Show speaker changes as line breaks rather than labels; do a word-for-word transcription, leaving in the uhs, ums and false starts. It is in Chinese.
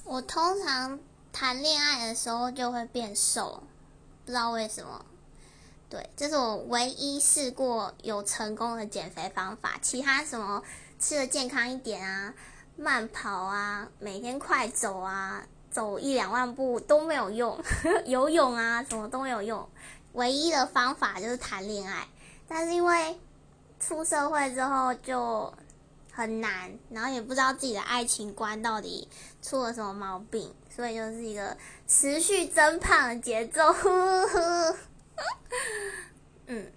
我通常谈恋爱的时候就会变瘦，不知道为什么。对，这是我唯一试过有成功的减肥方法，其他什么吃的健康一点啊，慢跑啊，每天快走啊，走一两万步都没有用，游泳啊什么都没有用。唯一的方法就是谈恋爱，但是因为出社会之后就很难，然後也不知道自己的爱情观到底出了什么毛病，所以就是一个持续增胖的节奏。嗯。